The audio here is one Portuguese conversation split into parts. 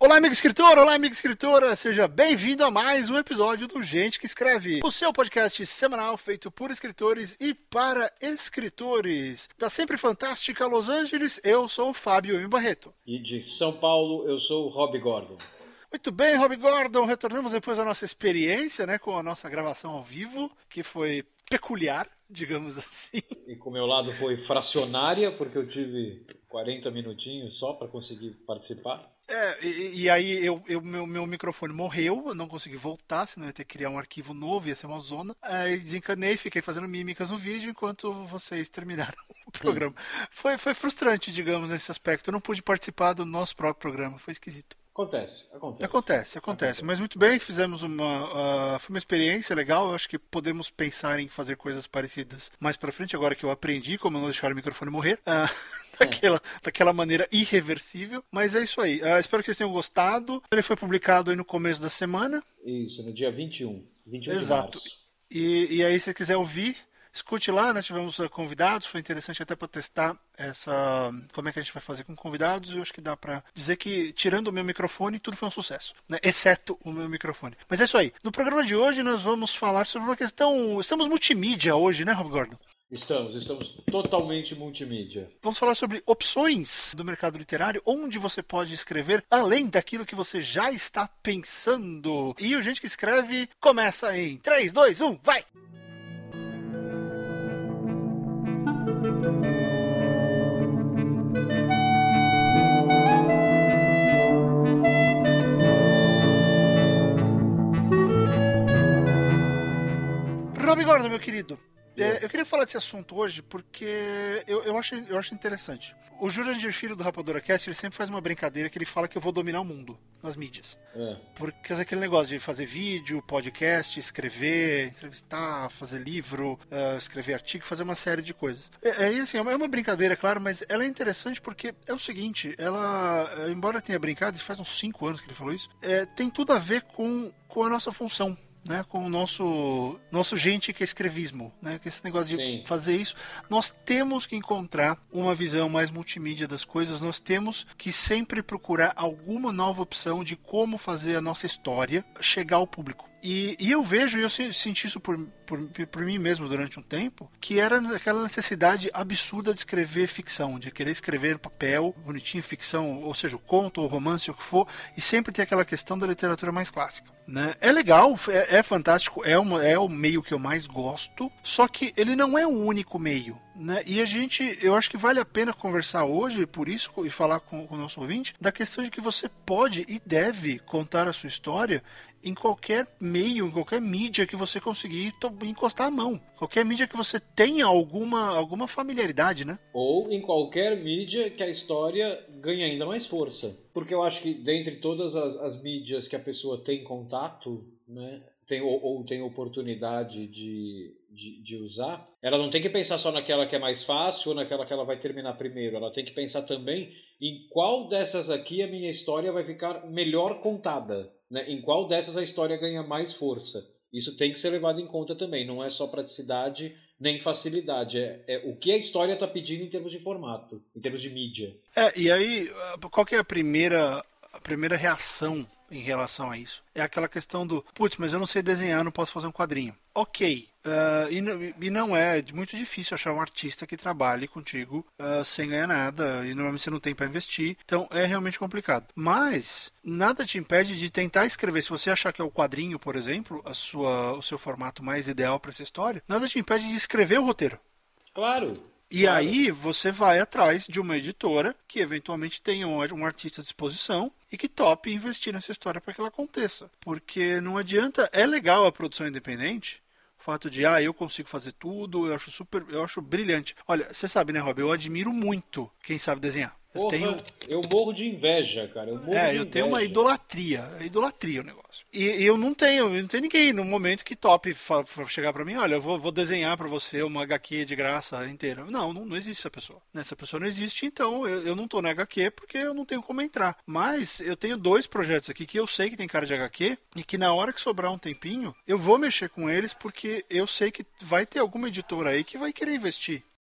Olá, amigo escritor! Olá, amiga escritora! Seja bem-vindo a mais um episódio do Gente que Escreve, o seu podcast semanal feito por escritores e para escritores. Da sempre fantástica Los Angeles, eu sou o Fábio M. Barreto. E de São Paulo, eu sou o Rob Gordon. Muito bem, Rob Gordon, retornamos depois da nossa experiência, né, com a nossa gravação ao vivo, que foi peculiar, digamos assim. E com o meu lado foi fracionária, porque eu tive 40 minutinhos só para conseguir participar. E aí meu microfone morreu, eu não consegui voltar, senão eu ia ter que criar um arquivo novo, ia ser uma zona. Aí desencanei, fiquei fazendo mímicas no vídeo enquanto vocês terminaram o programa. Foi frustrante, digamos, nesse aspecto. Eu não pude participar do nosso próprio programa, foi esquisito. Acontece. Mas muito bem, fizemos foi uma experiência legal. Eu acho que podemos pensar em fazer coisas parecidas mais pra frente, agora que eu aprendi como não deixar o microfone morrer. Daquela maneira irreversível. Mas é isso aí. Espero que vocês tenham gostado. Ele foi publicado aí no começo da semana. Isso, no dia 21 Exato. de março. E aí, se você quiser ouvir, escute lá, nós tivemos convidados, foi interessante até para testar como é que a gente vai fazer com convidados. Eu acho que dá para dizer que, tirando o meu microfone, tudo foi um sucesso, né? Exceto o meu microfone. Mas é isso aí. No programa de hoje nós vamos falar sobre uma questão... Estamos multimídia hoje, né, Rob Gordon? Estamos totalmente multimídia. Vamos falar sobre opções do mercado literário, onde você pode escrever além daquilo que você já está pensando. E o Gente que Escreve começa em 3, 2, 1, vai! Rob Gordon, meu querido, eu queria falar desse assunto hoje porque eu acho interessante. O Jurandir Filho do Rapadura Cast, ele sempre faz uma brincadeira que ele fala que eu vou dominar o mundo nas mídias. Porque aquele negócio de fazer vídeo, podcast, escrever, entrevistar, fazer livro, escrever artigo, fazer uma série de coisas. Assim, é uma brincadeira, claro, mas ela é interessante porque é o seguinte, embora tenha brincado, faz uns 5 anos que ele falou isso, tem tudo a ver com a nossa função, né, com o nosso gente que é escrevismo, né, que esse negócio de fazer isso, nós temos que encontrar uma visão mais multimídia das coisas, nós temos que sempre procurar alguma nova opção de como fazer a nossa história chegar ao público. E eu vejo, e eu senti isso por mim mesmo durante um tempo, que era aquela necessidade absurda de escrever ficção, de querer escrever no papel, bonitinho, ficção, ou seja, o conto, ou romance, o que for, e sempre ter aquela questão da literatura mais clássica, né? É legal, é fantástico, é o meio que eu mais gosto, só que ele não é o único meio, né? E eu acho que vale a pena conversar hoje, por isso, e falar com o nosso ouvinte, da questão de que você pode e deve contar a sua história em qualquer meio, em qualquer mídia que você conseguir encostar a mão. Qualquer mídia que você tenha alguma familiaridade, né? Ou em qualquer mídia que a história ganhe ainda mais força. Porque eu acho que dentre todas as mídias que a pessoa tem contato, né, tem oportunidade de usar, ela não tem que pensar só naquela que é mais fácil ou naquela que ela vai terminar primeiro. Ela tem que pensar também em qual dessas aqui a minha história vai ficar melhor contada, né? Em qual dessas a história ganha mais força. Isso tem que ser levado em conta também. Não é só praticidade nem facilidade. É o que a história está pedindo em termos de formato, em termos de mídia. E aí, qual que é a primeira reação em relação a isso? É aquela questão do, putz, mas eu não sei desenhar, não posso fazer um quadrinho. Ok, e não é muito difícil achar um artista que trabalhe contigo sem ganhar nada, e normalmente você não tem para investir, então é realmente complicado. Mas nada te impede de tentar escrever. Se você achar que é o quadrinho, por exemplo, o seu formato mais ideal para essa história, nada te impede de escrever o roteiro. Claro. E aí você vai atrás de uma editora que eventualmente tenha um artista à disposição e que tope investir nessa história para que ela aconteça. Porque não adianta, é legal a produção independente, o fato de, eu consigo fazer tudo, eu acho brilhante. Olha, você sabe, né, Rob, eu admiro muito quem sabe desenhar. Eu morro de inveja, cara. Eu tenho uma idolatria. É idolatria o negócio. E eu não tenho ninguém no momento que tope chegar pra mim, olha, eu vou desenhar pra você uma HQ de graça inteira. Não existe essa pessoa. Essa pessoa não existe, então eu não tô na HQ porque eu não tenho como entrar. Mas eu tenho 2 projetos aqui que eu sei que tem cara de HQ e que na hora que sobrar um tempinho, eu vou mexer com eles porque eu sei que vai ter alguma editora aí que vai querer investir.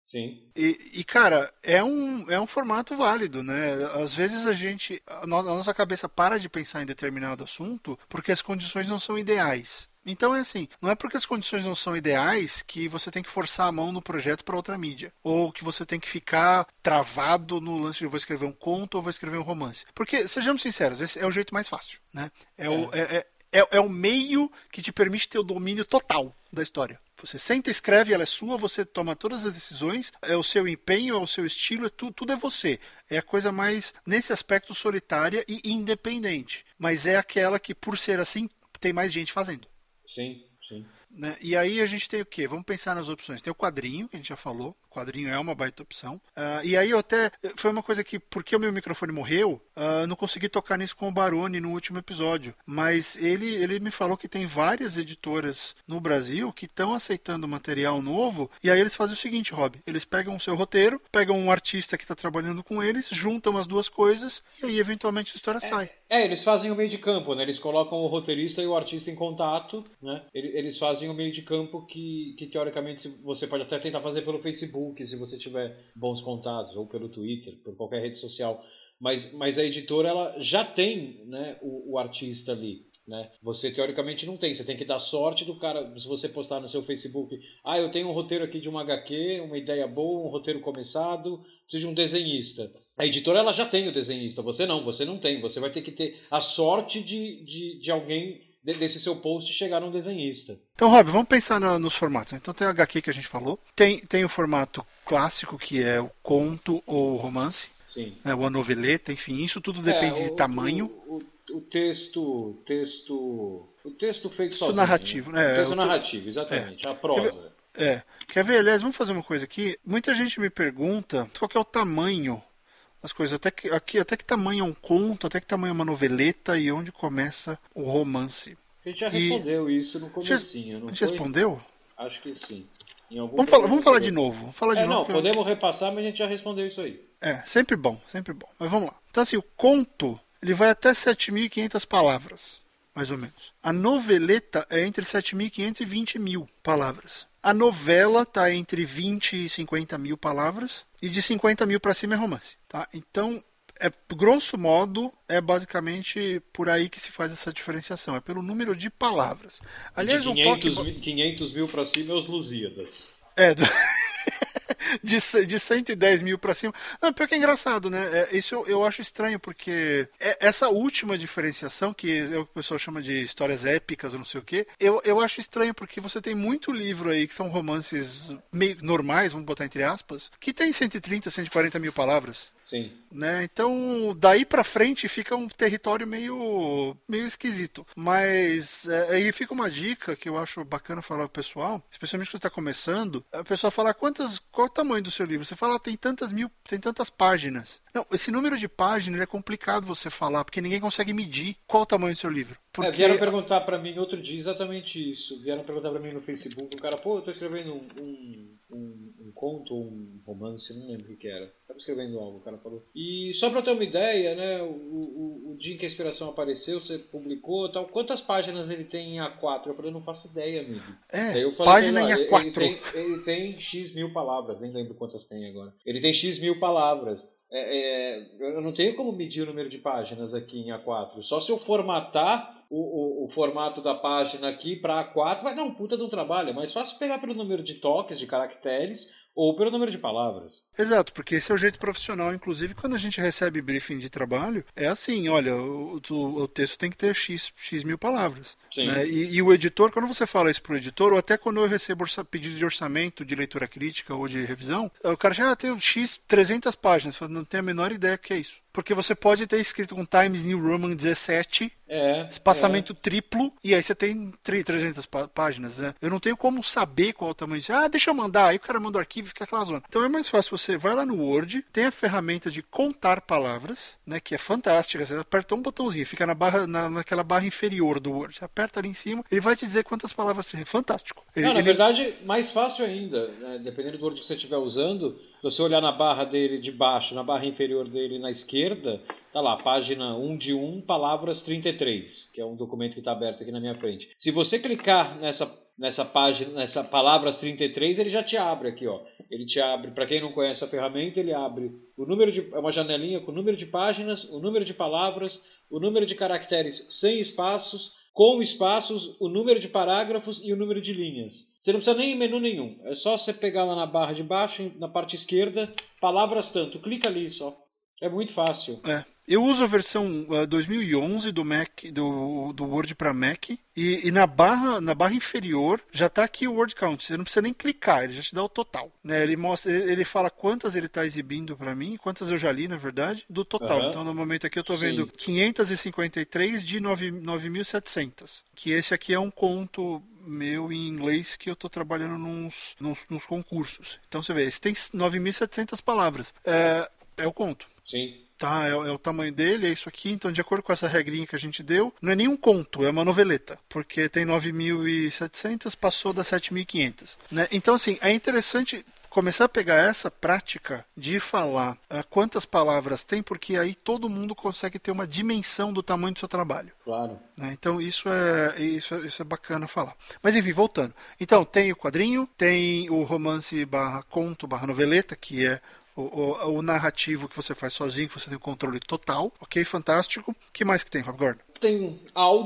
Sim. Cara, é um formato válido, né? Às vezes a nossa cabeça para de pensar em determinado assunto porque as condições não são ideais. Então é assim, não é porque as condições não são ideais que você tem que forçar a mão no projeto para outra mídia. Ou que você tem que ficar travado no lance de vou escrever um conto ou vou escrever um romance. Porque, sejamos sinceros, esse é o jeito mais fácil, né? É o meio que te permite ter o domínio total da história. Você senta, escreve, ela é sua, você toma todas as decisões, é o seu empenho, é o seu estilo, tudo é você. É a coisa mais, nesse aspecto, solitária e independente. Mas é aquela que, por ser assim, tem mais gente fazendo. Sim, sim. Né? E aí a gente tem o quê? Vamos pensar nas opções. Tem o quadrinho, que a gente já falou. O quadrinho é uma baita opção. E aí eu até... Foi uma coisa que, porque o meu microfone morreu, eu não consegui tocar nisso com o Baroni no último episódio. Mas ele me falou que tem várias editoras no Brasil que estão aceitando material novo. E aí eles fazem o seguinte, Rob. Eles pegam o seu roteiro, pegam um artista que está trabalhando com eles, juntam as duas coisas e aí eventualmente a história sai. Eles fazem o meio de campo, né? Eles colocam o roteirista e o artista em contato, né? Eles fazem o meio de campo que teoricamente você pode até tentar fazer pelo Facebook, se você tiver bons contatos, ou pelo Twitter, por qualquer rede social. Mas a editora ela já tem, né, o artista ali. Né? Você teoricamente não tem, você tem que dar sorte do cara. Se você postar no seu Facebook, eu tenho um roteiro aqui de uma HQ, uma ideia boa, um roteiro começado, preciso de um desenhista. A editora ela já tem o desenhista, você não tem. Você vai ter que ter a sorte de alguém desse seu post chegar num desenhista. Então, Rob, vamos pensar nos formatos. Então tem o HQ que a gente falou, tem o formato clássico, que é o conto ou romance, sim, né, ou a noveleta, enfim, isso tudo depende de tamanho. O texto feito sozinho. Narrativo, né? O texto narrativo, exatamente. A prosa. Quer ver, aliás, vamos fazer uma coisa aqui. Muita gente me pergunta qual que é o tamanho das coisas. Até que tamanho é um conto, até que tamanho é uma noveleta e onde começa o romance. A gente já respondeu isso no comecinho, não foi? A gente respondeu? Acho que sim. Vamos falar de novo. Podemos repassar, mas a gente já respondeu isso aí. Sempre bom. Mas vamos lá. Então assim, o conto, ele vai até 7.500 palavras, mais ou menos. A noveleta é entre 7.500 e 20.000 palavras. A novela está entre 20 e 50 mil palavras, e de 50 mil para cima é romance. Tá? Então, grosso modo, é basicamente por aí que se faz essa diferenciação. É pelo número de palavras. Aliás, de 500 mil para cima é os Lusíadas. De 110 mil pra cima. Não, pior que é engraçado, né? Isso eu acho estranho, porque essa última diferenciação, que é o que o pessoal chama de histórias épicas ou não sei o quê, eu acho estranho, porque você tem muito livro aí que são romances meio normais, vamos botar entre aspas, que tem 130, 140 mil palavras. Sim. Né? Então, daí pra frente fica um território meio esquisito. Mas aí fica uma dica que eu acho bacana falar pro pessoal, especialmente quando está começando, a pessoa fala qual é o tamanho do seu livro. Você fala, tem tantas páginas. Não, esse número de páginas é complicado você falar, porque ninguém consegue medir qual o tamanho do seu livro. Porque... vieram perguntar pra mim outro dia exatamente isso. Vieram perguntar pra mim no Facebook, o cara, eu tô escrevendo um conto ou um romance, não lembro o que era. Estava escrevendo algo, o cara falou. E só pra ter uma ideia, né, o dia em que a inspiração apareceu, você publicou tal, quantas páginas ele tem em A4? Eu falei, não faço ideia, amigo. Eu falei, página em A4. Ele tem X mil palavras, nem lembro quantas tem agora. Ele tem X mil palavras. Eu não tenho como medir o número de páginas aqui em A4. Só se eu formatar o formato da página aqui para A4, vai dar um puta de um trabalho. É mais fácil pegar pelo número de toques, de caracteres, ou pelo número de palavras. Exato, porque esse é o jeito profissional. Inclusive, quando a gente recebe briefing de trabalho, é assim, olha, o texto tem que ter X mil palavras. Sim. Né? E o editor, quando você fala isso pro editor, ou até quando eu recebo pedido de orçamento, de leitura crítica ou de revisão, o cara já tem X 300 páginas, não tem a menor ideia do que é isso. Porque você pode ter escrito com Times New Roman 17, espaçamento triplo, e aí você tem 300 páginas. Né? Eu não tenho como saber qual é o tamanho disso. deixa eu mandar. Aí o cara manda o arquivo e fica aquela zona. Então é mais fácil, você vai lá no Word, tem a ferramenta de contar palavras, né, que é fantástica. Você aperta um botãozinho, fica naquela barra inferior do Word. Você aperta ali em cima, ele vai te dizer quantas palavras tem. Fantástico. Na verdade, mais fácil ainda, né? Dependendo do Word que você estiver usando, você olhar na barra dele de baixo, na barra inferior dele na esquerda, Tá lá, página 1 de 1, palavras 33, que é um documento que está aberto aqui na minha frente. Se você clicar nessa página, nessa palavras 33, ele já te abre aqui, ó. Ele te abre, para quem não conhece a ferramenta, ele abre é uma janelinha com o número de páginas, o número de palavras, o número de caracteres sem espaços, com espaços, o número de parágrafos e o número de linhas. Você não precisa nem ir em menu nenhum. É só você pegar lá na barra de baixo, na parte esquerda, palavras tanto. Clica ali só. É muito fácil. Eu uso a versão 2011 do Mac, do Word para Mac, e na barra inferior já está aqui o Word Count. Você não precisa nem clicar, ele já te dá o total. Né? Ele fala quantas ele está exibindo para mim, quantas eu já li, na verdade, do total. Então, no momento aqui eu estou vendo 553 de 9.700. Que esse aqui é um conto meu em inglês que eu estou trabalhando nos concursos. Então, você vê, esse tem 9.700 palavras. É o conto. Sim. Tá, é o tamanho dele, é isso aqui. Então, de acordo com essa regrinha que a gente deu, não é nem um conto, é uma noveleta. Porque tem 9.700, passou das 7.500. Né? Então, assim, é interessante começar a pegar essa prática de falar quantas palavras tem, porque aí todo mundo consegue ter uma dimensão do tamanho do seu trabalho. Claro. Né? Então, isso é bacana falar. Mas, enfim, voltando. Então, tem o quadrinho, tem o romance /conto /noveleta, que é o narrativo que você faz sozinho, que você tem o controle total. Ok, fantástico. O que mais que tem, Rob Gordon? Tem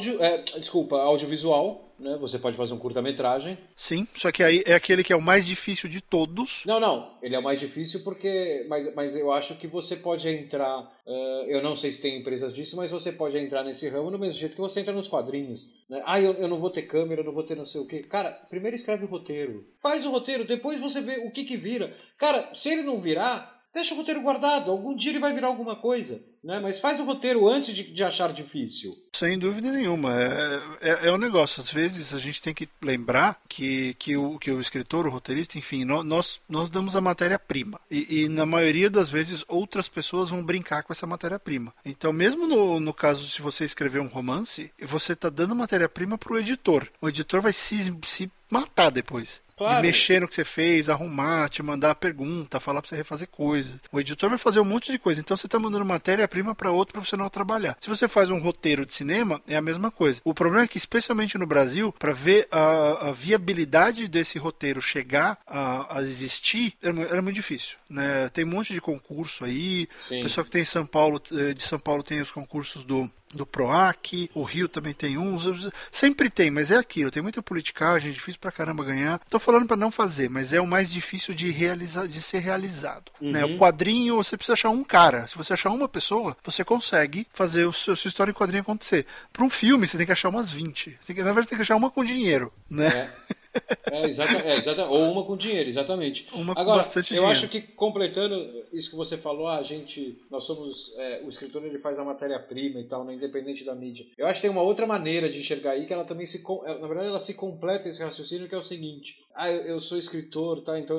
audiovisual, né? Você pode fazer um curta-metragem. Sim, só que aí é aquele que é o mais difícil de todos. Não, ele é o mais difícil porque... Mas eu acho que você pode entrar... eu não sei se tem empresas disso, mas você pode entrar nesse ramo do mesmo jeito que você entra nos quadrinhos. Né? Eu não vou ter câmera, eu não vou ter não sei o quê. Cara, primeiro escreve o roteiro. Faz o roteiro, depois você vê o que vira. Cara, se ele não virar, deixa o roteiro guardado. Algum dia ele vai virar alguma coisa. Né? Mas faz o roteiro antes de achar difícil. Sem dúvida nenhuma. É um negócio. Às vezes a gente tem que lembrar que o escritor, o roteirista, enfim, nós damos a matéria-prima. E na maioria das vezes outras pessoas vão brincar com essa matéria-prima. Então, mesmo no caso, se você escrever um romance, você está dando matéria-prima para o editor. O editor vai se matar depois. Claro. De mexer no que você fez, arrumar, te mandar a pergunta, falar pra você refazer coisas. O editor vai fazer um monte de coisa. Então você tá mandando matéria-prima para outro profissional trabalhar. Se você faz um roteiro de cinema, é a mesma coisa. O problema é que, especialmente no Brasil, para ver a viabilidade desse roteiro chegar a existir, é muito difícil. Né? Tem um monte de concurso aí. Sim. O pessoal que tem de São Paulo tem os concursos do PROAC, o Rio também tem uns, sempre tem, mas é aquilo, tem muita politicagem, é difícil pra caramba ganhar. Tô falando pra não fazer, mas é o mais difícil de ser realizado. Uhum. Né? O quadrinho, você precisa achar um cara. Se você achar uma pessoa, você consegue fazer sua história em quadrinho acontecer. Pra um filme, você tem que achar umas 20. Na verdade, tem que achar uma com dinheiro, né? Exatamente. Ou uma com dinheiro, exatamente. Agora, bastante dinheiro. Acho que, completando isso que você falou, nós somos, o escritor ele faz a matéria-prima e tal, né, independente da mídia. Eu acho que tem uma outra maneira de enxergar aí, que ela também na verdade, ela se completa esse raciocínio, que é o seguinte: eu sou escritor, tá? Então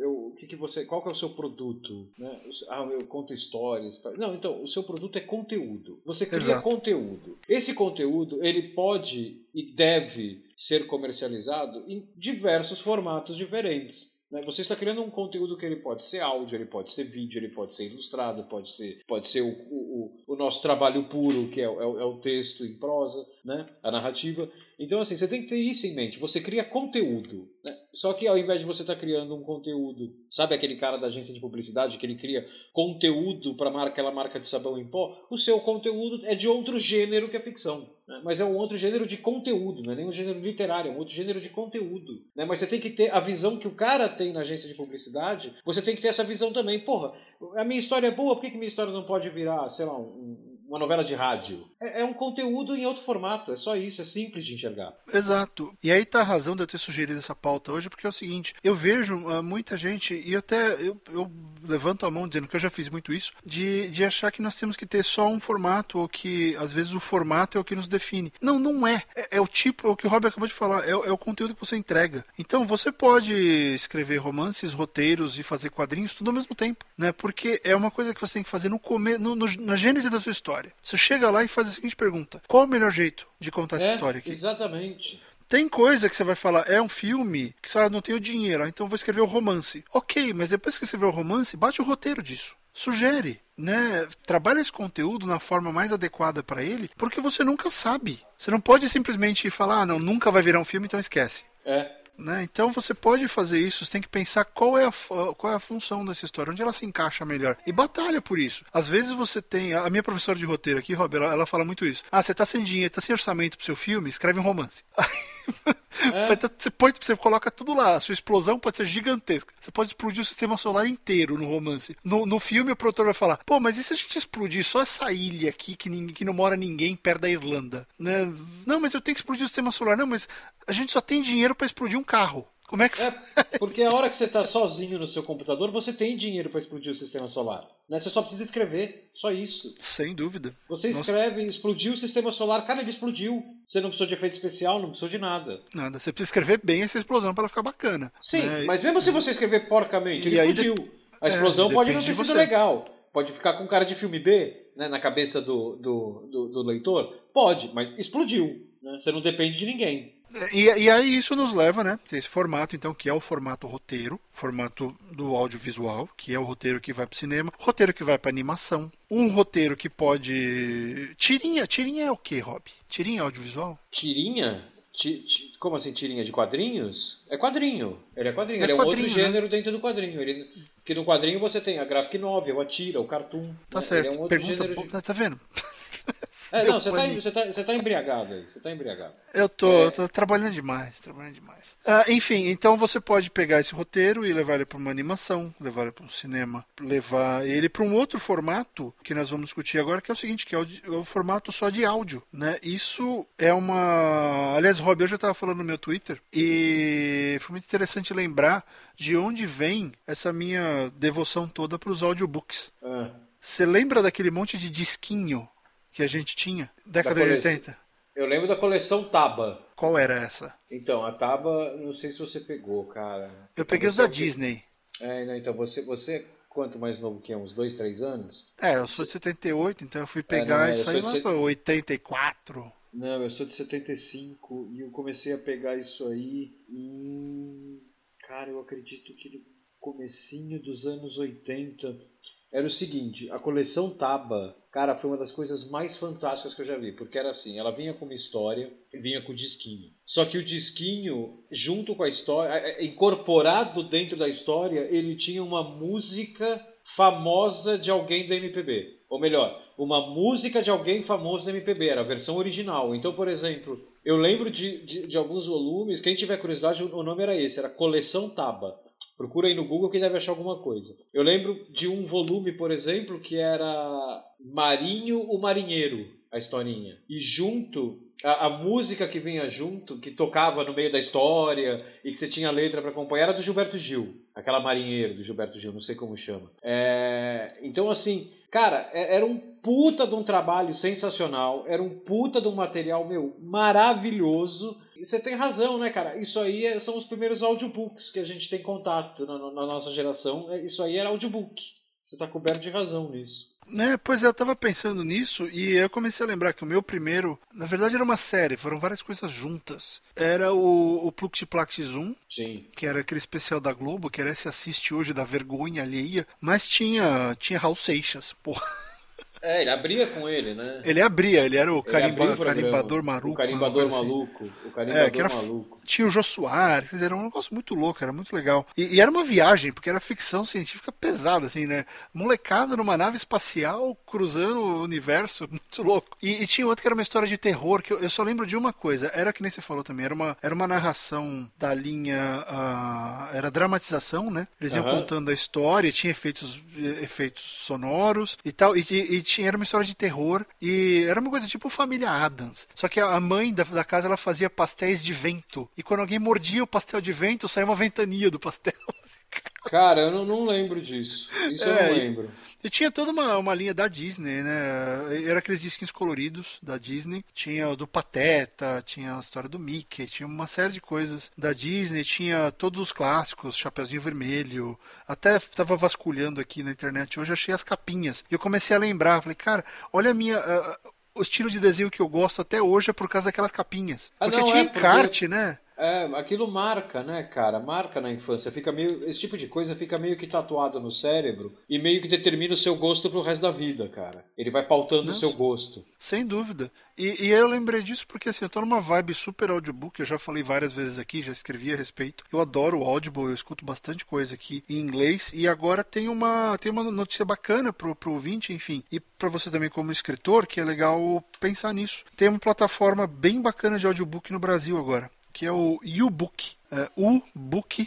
qual que é o seu produto? Né? Eu conto histórias. Tá? Não, então, o seu produto é conteúdo. Você cria conteúdo. Esse conteúdo, ele pode e deve ser comercializado em diversos formatos diferentes. Né? Você está criando um conteúdo que ele pode ser áudio, ele pode ser vídeo, ele pode ser ilustrado, pode ser o nosso trabalho puro, que é o texto em prosa, né? A narrativa. Então, assim, você tem que ter isso em mente. Você cria conteúdo, né? Só que ao invés de você estar criando um conteúdo, sabe aquele cara da agência de publicidade que ele cria conteúdo para aquela marca de sabão em pó? O seu conteúdo é de outro gênero que a ficção, né? Mas é um outro gênero de conteúdo, não é nem um gênero literário, é um outro gênero de conteúdo, né? Mas você tem que ter a visão que o cara tem na agência de publicidade, você tem que ter essa visão também. Porra, a minha história é boa, por que minha história não pode virar, sei lá, uma novela de rádio? É um conteúdo em outro formato, é só isso, é simples de enxergar. Exato. E aí tá a razão de eu ter sugerido essa pauta hoje, porque é o seguinte, eu vejo muita gente, e até eu levanto a mão dizendo que eu já fiz muito isso, de achar que nós temos que ter só um formato, ou que às vezes o formato é o que nos define. Não é. É o tipo, é o que o Rob acabou de falar, é o conteúdo que você entrega. Então você pode escrever romances, roteiros e fazer quadrinhos tudo ao mesmo tempo, né? Porque é uma coisa que você tem que fazer na gênese da sua história. Você chega lá e faz a seguinte pergunta: qual é o melhor jeito de contar essa história aqui? Exatamente. Tem coisa que você vai falar, é um filme que você não tem o dinheiro, então vou escrever o romance. Ok, mas depois que escrever o romance, bate o roteiro disso. Sugere. né? Trabalha esse conteúdo na forma mais adequada para ele, porque você nunca sabe. Você não pode simplesmente falar, não, nunca vai virar um filme, então esquece. Né? Então você pode fazer isso, você tem que pensar qual é a função dessa história, onde ela se encaixa melhor. E batalha por isso. Às vezes você tem... A minha professora de roteiro aqui, Rob, ela fala muito isso. Você tá sem dinheiro, tá sem orçamento pro seu filme, escreve um romance. Você coloca tudo lá. A sua explosão pode ser gigantesca. Você pode explodir o sistema solar inteiro no romance. No filme o produtor vai falar, pô, mas e se a gente explodir só essa ilha aqui que não mora ninguém perto da Irlanda? Né? Não, mas eu tenho que explodir o sistema solar. Não, mas a gente só tem dinheiro para explodir um carro. Como é que... Porque a hora que você está sozinho no seu computador, você tem dinheiro para explodir o sistema solar. Né? Você só precisa escrever, só isso. Sem dúvida. Você escreve, explodiu o sistema solar, cara, ele explodiu. Você não precisou de efeito especial, não precisou de nada. Nada, você precisa escrever bem essa explosão para ela ficar bacana. Sim, né? Mas mesmo se você escrever porcamente, ele explodiu. A explosão pode não ter sido legal. Pode ficar com cara de filme B, né, na cabeça do leitor. Pode, mas explodiu. Né? Você não depende de ninguém. E aí isso nos leva, né, esse formato, então, que é o formato roteiro, formato do audiovisual, que é o roteiro que vai para o cinema, roteiro que vai para animação, um roteiro que pode... Tirinha é o quê, Rob? Tirinha é audiovisual? Tirinha? Como assim, tirinha de quadrinhos? É quadrinho. Ele é quadrinho. Ele é um outro gênero dentro do quadrinho. Porque no quadrinho você tem a graphic novel, a tira, o cartoon. Tá né? certo. Ele é um outro gênero de... Tá vendo? Não, você tá embriagado aí. Você tá embriagado. Eu tô trabalhando demais. Enfim, então você pode pegar esse roteiro e levar ele para uma animação, levar ele para um cinema, levar ele para um outro formato que nós vamos discutir agora, que é o seguinte, que é o formato só de áudio, né? Isso é uma... Aliás, Rob, eu já estava falando no meu Twitter e foi muito interessante lembrar de onde vem essa minha devoção toda para os audiobooks. Você lembra daquele monte de disquinho que a gente tinha? Década de 80? Eu lembro da coleção Taba. Qual era essa? Então, a Taba, não sei se você pegou, cara. Eu peguei os da Disney. Então, você é quanto mais novo que é? Uns 2, 3 anos? Eu sou de 78, então eu fui pegar isso aí lá para 84. Não, eu sou de 75 e eu comecei a pegar isso aí em... Cara, eu acredito que no comecinho dos anos 80... Era o seguinte, a coleção Taba, cara, foi uma das coisas mais fantásticas que eu já vi, porque era assim, ela vinha com uma história, vinha com o disquinho. Só que o disquinho, junto com a história, incorporado dentro da história, ele tinha uma música famosa de alguém do MPB. Ou melhor, uma música de alguém famoso do MPB, era a versão original. Então, por exemplo, eu lembro de alguns volumes, quem tiver curiosidade, o nome era esse, era Coleção Taba. Procura aí no Google que deve achar alguma coisa. Eu lembro de um volume, por exemplo, que era Marinho o Marinheiro, a historinha. E junto, a música que vinha junto, que tocava no meio da história e que você tinha letra para acompanhar, era do Gilberto Gil. Aquela Marinheiro do Gilberto Gil, não sei como chama. Então, assim, cara, era um puta de um trabalho sensacional, era um puta de um material, maravilhoso. E você tem razão, né, cara? Isso aí são os primeiros audiobooks que a gente tem contato na nossa geração. Isso aí era audiobook. Você tá coberto de razão nisso. Pois eu tava pensando nisso e eu comecei a lembrar que o meu primeiro, na verdade era uma série, foram várias coisas juntas. Era o Pluct Zoom, sim, que era aquele especial da Globo, que era esse assiste hoje da vergonha alheia, mas tinha Raul Seixas, porra. Ele abria com ele, né? Ele era o carimbador maluco. O carimbador maluco. O carimbador maluco. Tinha o Jô Soares, quer dizer, era um negócio muito louco, era muito legal. E era uma viagem, porque era ficção científica pesada, assim, né? Molecada numa nave espacial cruzando o universo, muito louco. E tinha outro que era uma história de terror, que eu só lembro de uma coisa, era que nem você falou também, era uma narração da linha, era dramatização, né? Eles iam contando a história, tinha efeitos sonoros e tal, era uma história de terror e era uma coisa tipo Família Addams. Só que a mãe da casa, ela fazia pastéis de vento. E quando alguém mordia o pastel de vento, saía uma ventania do pastel. Cara, eu não lembro disso. Isso eu não lembro. E tinha toda uma linha da Disney, né? Era aqueles disquinhos coloridos da Disney. Tinha o do Pateta, tinha a história do Mickey, tinha uma série de coisas da Disney. Tinha todos os clássicos, Chapeuzinho Vermelho. Até estava vasculhando aqui na internet hoje, achei as capinhas. E eu comecei a lembrar, falei, cara, olha a minha... o estilo de desenho que eu gosto até hoje é por causa daquelas capinhas. Porque tinha encarte, né? Aquilo marca, né, cara? Marca na infância. Esse tipo de coisa fica meio que tatuado no cérebro e meio que determina o seu gosto pro resto da vida, cara. Ele vai pautando o Não, seu gosto. sem dúvida. E eu lembrei disso porque assim, eu tô numa vibe super audiobook, eu já falei várias vezes aqui, já escrevi a respeito. Eu adoro o Audible, eu escuto bastante coisa aqui em inglês e agora tem uma notícia bacana pro ouvinte, enfim, e para você também como escritor, que é legal pensar nisso. Tem uma plataforma bem bacana de audiobook no Brasil agora, que é o uBook, uBook,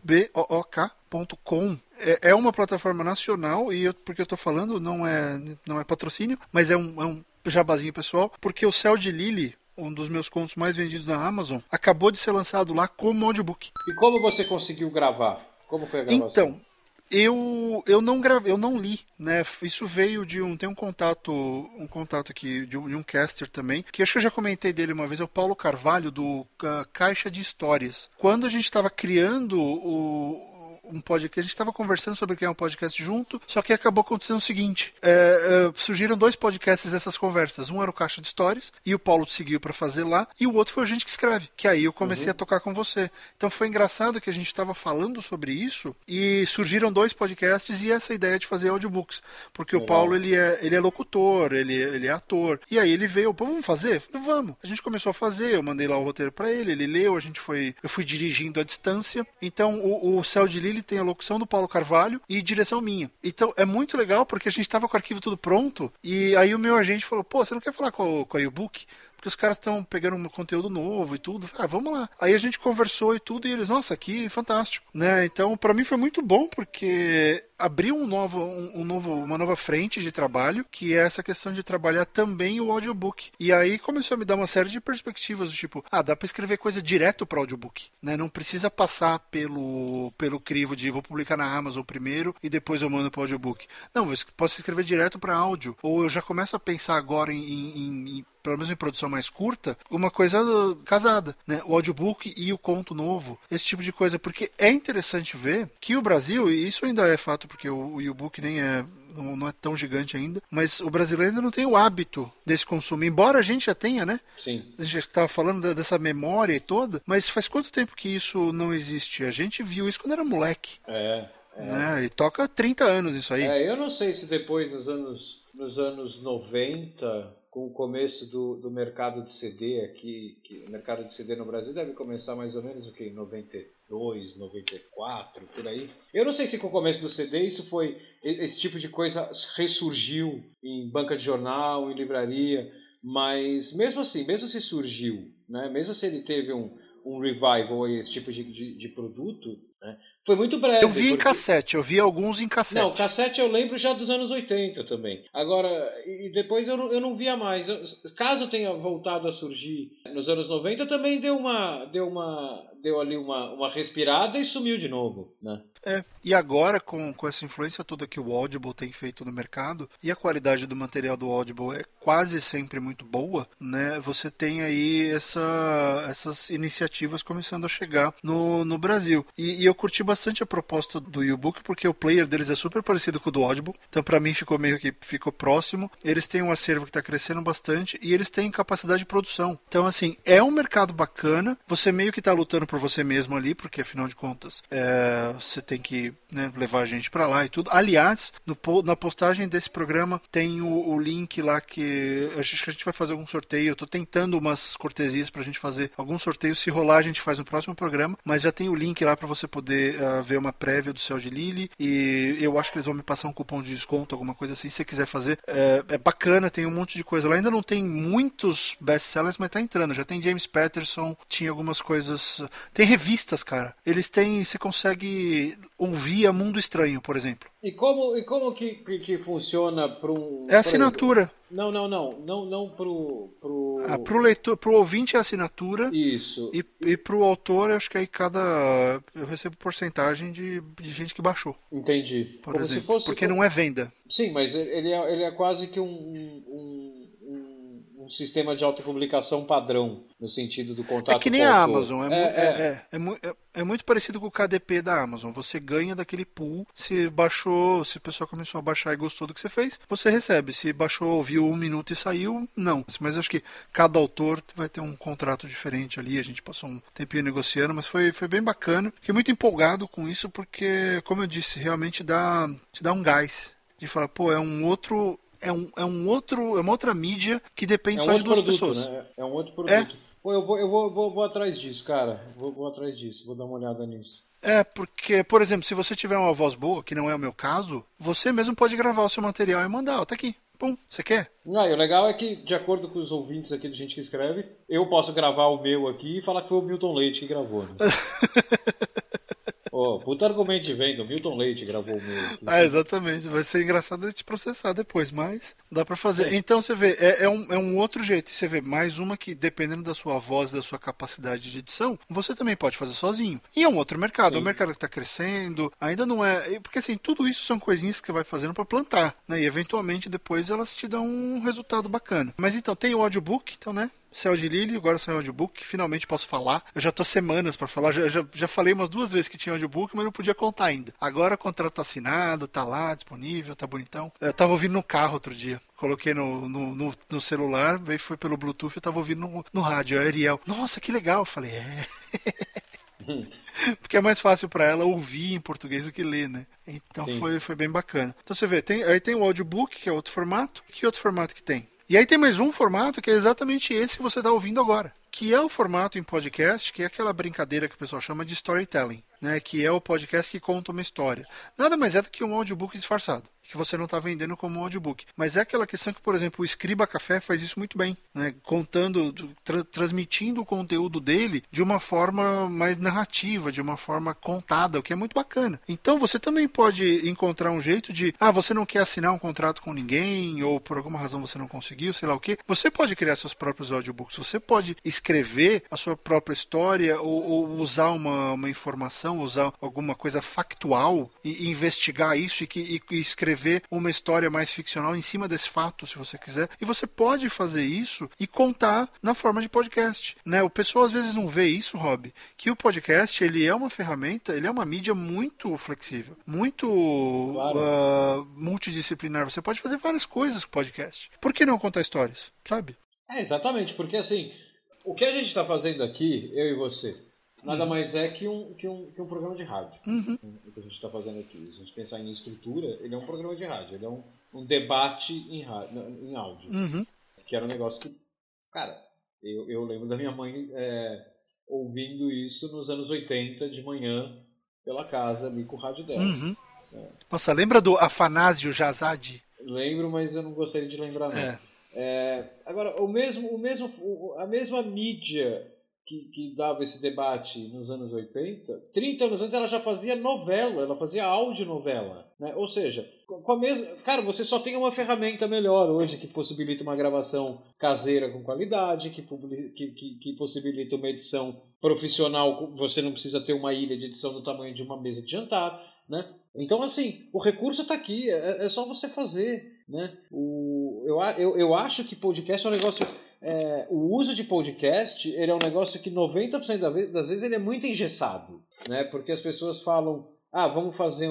ubook.com. É uma plataforma nacional e porque eu tô falando não é patrocínio, mas é um jabazinho pessoal, porque o Céu de Lily, um dos meus contos mais vendidos na Amazon, acabou de ser lançado lá como audiobook. E como você conseguiu gravar? Como foi a gravação? Então, eu não gravei, eu não li, né? Isso veio tem um contato aqui de um caster também, que acho que eu já comentei dele uma vez, é o Paulo Carvalho do Caixa de Histórias. Quando a gente estava criando um podcast, a gente estava conversando sobre criar um podcast junto, só que acabou acontecendo o seguinte, surgiram 2 podcasts dessas conversas, um era o Caixa de Histórias, e o Paulo seguiu para fazer lá, e o outro foi o Gente que Escreve, que aí eu comecei a tocar com você. Então foi engraçado que a gente estava falando sobre isso, e surgiram 2 podcasts e essa ideia de fazer audiobooks, porque o Paulo, ele é locutor, ele é ator, e aí ele veio, pô, vamos fazer? Eu falei, vamos. A gente começou a fazer, eu mandei lá o roteiro para ele leu, eu fui dirigindo à distância, então o Céu de Lily tem a locução do Paulo Carvalho e direção minha. Então é muito legal porque a gente estava com o arquivo tudo pronto e aí o meu agente falou, pô, você não quer falar com a uBook? Porque os caras estão pegando um conteúdo novo e tudo. Vamos lá. Aí a gente conversou e tudo, e eles, nossa, aqui fantástico, né? Então, para mim foi muito bom, porque abriu uma nova frente de trabalho, que é essa questão de trabalhar também o audiobook. E aí começou a me dar uma série de perspectivas, do tipo, dá para escrever coisa direto para audiobook, né? Não precisa passar pelo crivo de vou publicar na Amazon primeiro e depois eu mando para audiobook. Não, eu posso escrever direto para áudio. Ou eu já começo a pensar agora pelo menos em produção mais curta, uma coisa casada, né? O audiobook e o conto novo, esse tipo de coisa, porque é interessante ver que o Brasil, e isso ainda é fato porque o e-book não é tão gigante ainda, mas o brasileiro ainda não tem o hábito desse consumo, embora a gente já tenha, né? Sim. A gente estava falando dessa memória e toda, mas faz quanto tempo que isso não existe? A gente viu isso quando era moleque. Né? E toca 30 anos isso aí. Eu não sei se depois, nos anos 90, com o começo do mercado de CD aqui, que o mercado de CD no Brasil deve começar mais ou menos em 92, 94, por aí. Eu não sei se com o começo do CD esse tipo de coisa ressurgiu em banca de jornal, em livraria, mas mesmo assim, mesmo se surgiu, né, mesmo se ele teve um revival, esse tipo de produto, né, foi muito breve. Eu vi em cassete, eu vi alguns em cassete. Não, cassete eu lembro já dos anos 80 também. Agora, e depois eu não via mais. Caso tenha voltado a surgir nos anos 90, também deu ali uma respirada e sumiu de novo, né? E agora, com essa influência toda que o Audible tem feito no mercado, e a qualidade do material do Audible é quase sempre muito boa, né? Você tem aí essas iniciativas começando a chegar no Brasil. E eu curti bastante a proposta do uBook, porque o player deles é super parecido com o do Audible, então pra mim ficou próximo. Eles têm um acervo que tá crescendo bastante, e eles têm capacidade de produção. Então, assim, é um mercado bacana, você meio que tá lutando por você mesmo ali, porque afinal de contas, você tem que, né, levar a gente pra lá e tudo. Aliás, na postagem desse programa tem o link lá que a gente vai fazer algum sorteio. Eu tô tentando umas cortesias pra gente fazer algum sorteio. Se rolar, a gente faz no próximo programa, mas já tem o link lá pra você poder ver uma prévia do Céu de Lily, e eu acho que eles vão me passar um cupom de desconto, alguma coisa assim, se você quiser fazer. É bacana, tem um monte de coisa lá. Ainda não tem muitos best-sellers, mas tá entrando. Já tem James Patterson, tinha algumas coisas. Tem revistas, cara. Eles têm, você consegue ouvir a Mundo Estranho, por exemplo. E como que funciona para um... É assinatura. Não pro pro leitor, pro ouvinte é assinatura. Isso. E pro autor, acho que aí eu recebo porcentagem de gente que baixou. Entendi. Por exemplo, se fosse... Porque não é venda. Sim, mas ele é quase que um um sistema de autopublicação padrão, no sentido do contato É que nem com o a autor. Amazon, é muito parecido com o KDP da Amazon. Você ganha daquele pool, se baixou, se o pessoal começou a baixar e gostou do que você fez, você recebe. Se baixou, viu 1 minuto e saiu, não. Mas acho que cada autor vai ter um contrato diferente ali, a gente passou um tempinho negociando, mas foi bem bacana. Fiquei muito empolgado com isso porque, como eu disse, realmente te dá um gás de falar, pô, é uma outra mídia que depende só de duas pessoas. Né? É um outro produto. Pô, eu vou atrás disso, cara. Vou atrás disso, vou dar uma olhada nisso. Porque, por exemplo, se você tiver uma voz boa, que não é o meu caso, você mesmo pode gravar o seu material e mandar, ó, tá aqui. Pum, você quer? E o legal é que, de acordo com os ouvintes aqui, de gente que escreve, eu posso gravar o meu aqui e falar que foi o Milton Leite que gravou. Né? Puta argumento de venda, o Milton Leite gravou o meu aqui. Exatamente. Vai ser engraçado ele te processar depois, mas dá pra fazer. Sim. Então você vê, é um outro jeito. Você vê mais uma que, dependendo da sua voz, da sua capacidade de edição, você também pode fazer sozinho. E é um outro mercado, é um mercado que tá crescendo, ainda não é... Porque assim, tudo isso são coisinhas que você vai fazendo pra plantar, né? E eventualmente depois elas te dão um resultado bacana. Mas então, tem o audiobook, então, né? Céu de Lily, agora saiu o audiobook, finalmente posso falar. Eu já tô semanas pra falar, já falei umas 2 vezes que tinha audiobook, mas não podia contar ainda. Agora o contrato tá assinado, tá lá, disponível, tá bonitão. Eu tava ouvindo no carro outro dia. Coloquei no celular, veio foi pelo Bluetooth, eu tava ouvindo no rádio, a Ariel. Nossa, que legal! Eu falei, Porque é mais fácil pra ela ouvir em português do que ler, né? Então foi bem bacana. Então você vê, aí tem o audiobook, que é outro formato. Que outro formato que tem? E aí tem mais um formato que é exatamente esse que você está ouvindo agora, que é o formato em podcast, que é aquela brincadeira que o pessoal chama de storytelling, né? Que é o podcast que conta uma história. Nada mais é do que um audiobook disfarçado, que você não está vendendo como um audiobook. Mas é aquela questão que, por exemplo, o Escriba Café faz isso muito bem, né? Contando, transmitindo o conteúdo dele de uma forma mais narrativa, de uma forma contada, o que é muito bacana. Então você também pode encontrar um jeito de, você não quer assinar um contrato com ninguém, ou por alguma razão você não conseguiu, sei lá o quê. Você pode criar seus próprios audiobooks, você pode escrever a sua própria história, ou usar uma informação, usar alguma coisa factual e investigar isso e escrever uma história mais ficcional em cima desse fato, se você quiser. E você pode fazer isso e contar na forma de podcast, né? O pessoal às vezes não vê isso, Rob, que o podcast, ele é uma ferramenta, ele é uma mídia muito flexível, muito multidisciplinar. Você pode fazer várias coisas com o podcast. Por que não contar histórias, sabe? Exatamente, porque assim, o que a gente está fazendo aqui, eu e você, nada mais é que um programa de rádio. O que a gente está fazendo aqui. Se a gente pensar em estrutura, ele é um programa de rádio. Ele é um debate em áudio. Que era um negócio que... Cara, eu lembro da minha mãe ouvindo isso nos anos 80, de manhã, pela casa, ali com o rádio dela. Nossa, lembra do Afanásio Jazade? Lembro, mas eu não gostaria de lembrar, não. Agora, a mesma mídia que dava esse debate nos anos 80, 30 anos antes ela já fazia novela, ela fazia audionovela, né? Ou seja, com a mesma... Cara, você só tem uma ferramenta melhor hoje que possibilita uma gravação caseira com qualidade, que possibilita uma edição profissional, você não precisa ter uma ilha de edição do tamanho de uma mesa de jantar, né? Então, assim, o recurso está aqui, é só você fazer, né? Eu acho que podcast é um negócio... o uso de podcast, ele é um negócio que 90% das vezes ele é muito engessado, né? Porque as pessoas falam, vamos fazer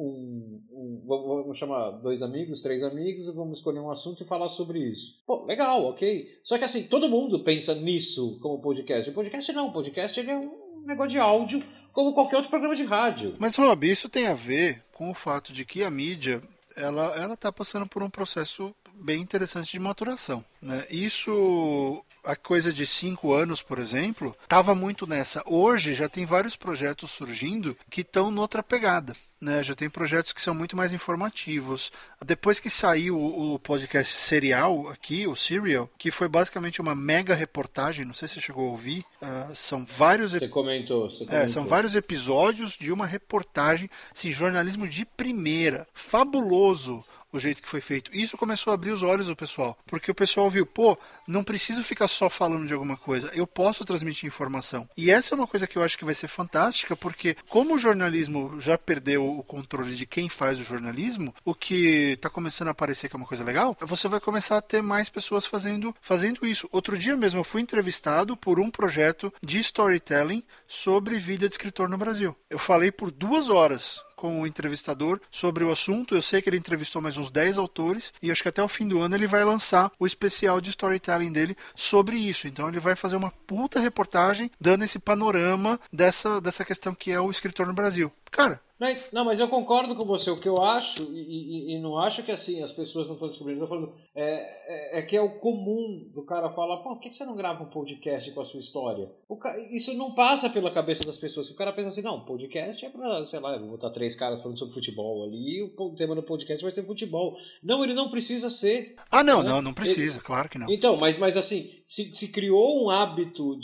vamos chamar 2 amigos, 3 amigos, e vamos escolher um assunto e falar sobre isso. Pô, legal, ok. Só que assim, todo mundo pensa nisso como podcast. O podcast não, o podcast ele é um negócio de áudio como qualquer outro programa de rádio. Mas, Rob, isso tem a ver com o fato de que a mídia, ela está passando por um processo bem interessante de maturação, né? Isso, a coisa de 5 anos, por exemplo, estava muito nessa. Hoje já tem vários projetos surgindo que estão noutra pegada, né? Já tem projetos que são muito mais informativos. Depois que saiu o podcast Serial aqui, o Serial, que foi basicamente uma mega reportagem, não sei se você chegou a ouvir, são vários... Você comentou. São vários episódios de uma reportagem, assim, jornalismo de primeira, fabuloso, o jeito que foi feito. E isso começou a abrir os olhos do pessoal, porque o pessoal viu, pô, não preciso ficar só falando de alguma coisa, eu posso transmitir informação. E essa é uma coisa que eu acho que vai ser fantástica, porque como o jornalismo já perdeu o controle de quem faz o jornalismo, o que está começando a aparecer que é uma coisa legal, você vai começar a ter mais pessoas fazendo isso. Outro dia mesmo eu fui entrevistado por um projeto de storytelling sobre vida de escritor no Brasil. Eu falei por 2 horas com o entrevistador sobre o assunto. Eu sei que ele entrevistou mais uns 10 autores e acho que até o fim do ano ele vai lançar o especial de storytelling dele sobre isso. Então ele vai fazer uma puta reportagem dando esse panorama dessa questão que é o escritor no Brasil. Cara... Não, mas eu concordo com você. O que eu acho, e não acho que assim as pessoas não estão descobrindo, eu tô falando, que é o comum do cara falar, pô, por que você não grava um podcast com a sua história? Isso não passa pela cabeça das pessoas. O cara pensa assim, não, podcast é pra, sei lá, eu vou botar 3 caras falando sobre futebol ali, e o tema do podcast vai ter futebol. Não, ele não precisa ser. Ah, não, né? não precisa, claro que não. Então, mas assim, se criou um hábito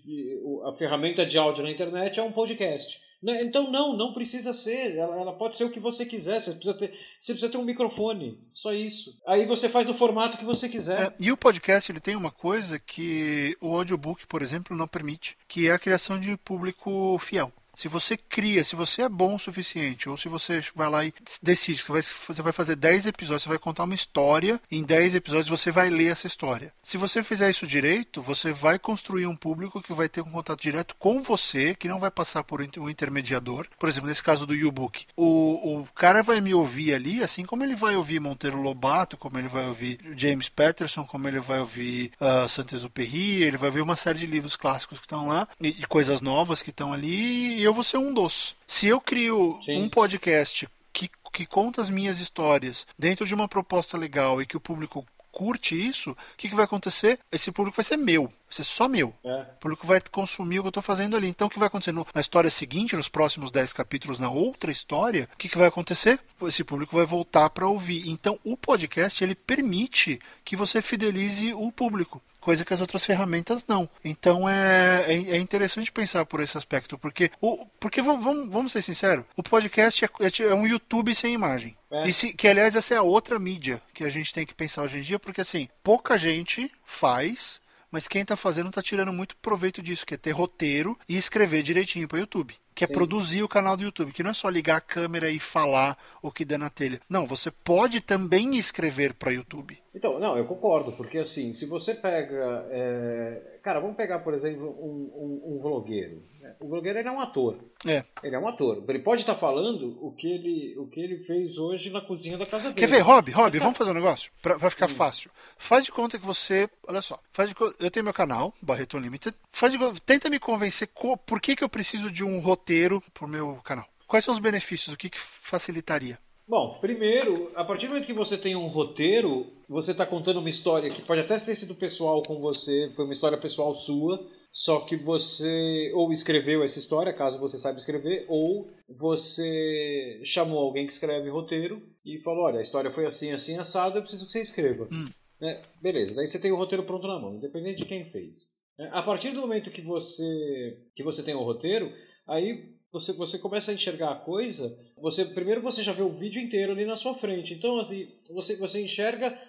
a ferramenta de áudio na internet é um podcast. Então não precisa ser, ela pode ser o que você quiser, você precisa ter um microfone, só isso. Aí você faz no formato que você quiser. E o podcast ele tem uma coisa que o audiobook, por exemplo, não permite, que é a criação de público fiel. Se você cria, se você é bom o suficiente, ou se você vai lá e decide que você vai fazer 10 episódios, você vai contar uma história, em 10 episódios você vai ler essa história. Se você fizer isso direito, você vai construir um público que vai ter um contato direto com você, que não vai passar por um intermediador. Por exemplo, nesse caso do YouBook, o cara vai me ouvir ali, assim como ele vai ouvir Monteiro Lobato, como ele vai ouvir James Patterson, como ele vai ouvir Saint-Exupéry, ele vai ouvir uma série de livros clássicos que estão lá, e de coisas novas que estão ali, e eu vou ser um dos. Se eu crio um podcast que conta as minhas histórias dentro de uma proposta legal e que o público curte isso, o que vai acontecer? Esse público vai ser meu, vai ser só meu. O público vai consumir o que eu estou fazendo ali. Então o que vai acontecer na história seguinte, nos próximos 10 capítulos, na outra história, o que vai acontecer? Esse público vai voltar para ouvir. Então o podcast ele permite que você fidelize o público, coisa que as outras ferramentas não. Então é interessante pensar por esse aspecto, porque vamos ser sinceros, o podcast é um YouTube sem imagem. Que aliás essa é a outra mídia que a gente tem que pensar hoje em dia, porque assim, pouca gente faz, mas quem está fazendo está tirando muito proveito disso, que é ter roteiro e escrever direitinho para o YouTube. Que é produzir o canal do YouTube, que não é só ligar a câmera e falar o que dá na telha. Não, você pode também escrever para YouTube. Então, não, eu concordo, porque assim, se você pega... Cara, vamos pegar, por exemplo, um vlogueiro. O vlogueiro ele é um ator. Ele é um ator. Ele pode estar falando o que ele fez hoje na cozinha da casa dele. Quer ver, Rob, vamos fazer um negócio? Pra ficar fácil. Faz de conta que você... Olha só. Eu tenho meu canal, Barreto Unlimited. Tenta me convencer por que eu preciso de um roteiro pro meu canal. Quais são os benefícios? O que facilitaria? Bom, primeiro, a partir do momento que você tem um roteiro, você está contando uma história que pode até ter sido pessoal com você, foi uma história pessoal sua, só que você ou escreveu essa história, caso você saiba escrever, ou você chamou alguém que escreve roteiro e falou, olha, a história foi assim, assim, assada, eu preciso que você escreva. Beleza, daí você tem o roteiro pronto na mão, independente de quem fez. A partir do momento que você tem o roteiro, aí você começa a enxergar a coisa, primeiro você já vê o vídeo inteiro ali na sua frente, então assim, você enxerga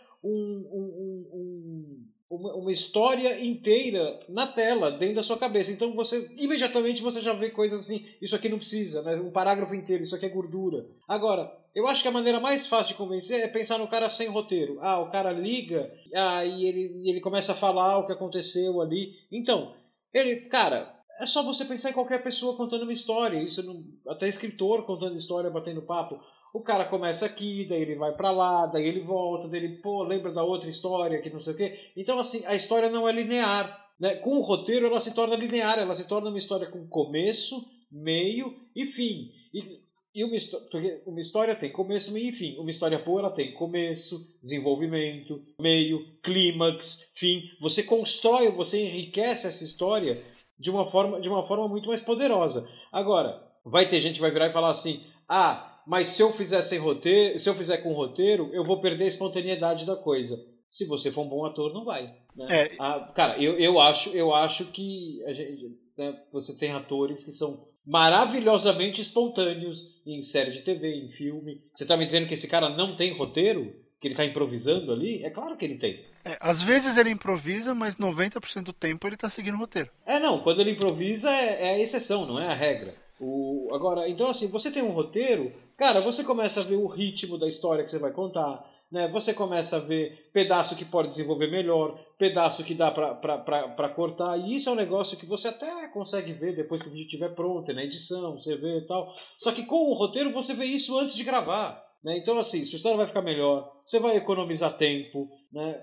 uma história inteira na tela, dentro da sua cabeça. Então imediatamente você já vê coisas assim, isso aqui não precisa, né? Um parágrafo inteiro, isso aqui é gordura. Agora, eu acho que a maneira mais fácil de convencer é pensar no cara sem roteiro. O cara liga, e ele começa a falar o que aconteceu ali. Então, cara, é só você pensar em qualquer pessoa contando uma história. Até escritor contando história, batendo papo. O cara começa aqui, daí ele vai pra lá, daí ele volta, daí ele, lembra da outra história, que não sei o quê. Então, assim, a história não é linear, né? Com o roteiro, ela se torna linear, ela se torna uma história com começo, meio e fim. Porque uma história tem começo, meio e fim. Uma história boa, ela tem começo, desenvolvimento, meio, clímax, fim. Você constrói, você enriquece essa história de uma forma muito mais poderosa. Agora, vai ter gente que vai virar e falar assim, mas se eu fizer sem roteiro, se eu fizer com roteiro, eu vou perder a espontaneidade da coisa. Se você for um bom ator, não vai. Né? Cara, eu acho que né, você tem atores que são maravilhosamente espontâneos em série de TV, em filme. Você tá me dizendo que esse cara não tem roteiro? Que ele tá improvisando ali? É claro que ele tem. Às vezes ele improvisa, mas 90% do tempo ele tá seguindo o roteiro. Não, quando ele improvisa é a exceção, não é a regra. Agora, então assim, você tem um roteiro, cara, você começa a ver o ritmo da história que você vai contar, né? Você começa a ver pedaço que pode desenvolver melhor, pedaço que dá pra cortar, e isso é um negócio que você até consegue ver depois que o vídeo estiver pronto, na edição, você vê e tal. Só que com o roteiro você vê isso antes de gravar. Né? Então, assim, sua história vai ficar melhor, você vai economizar tempo, né?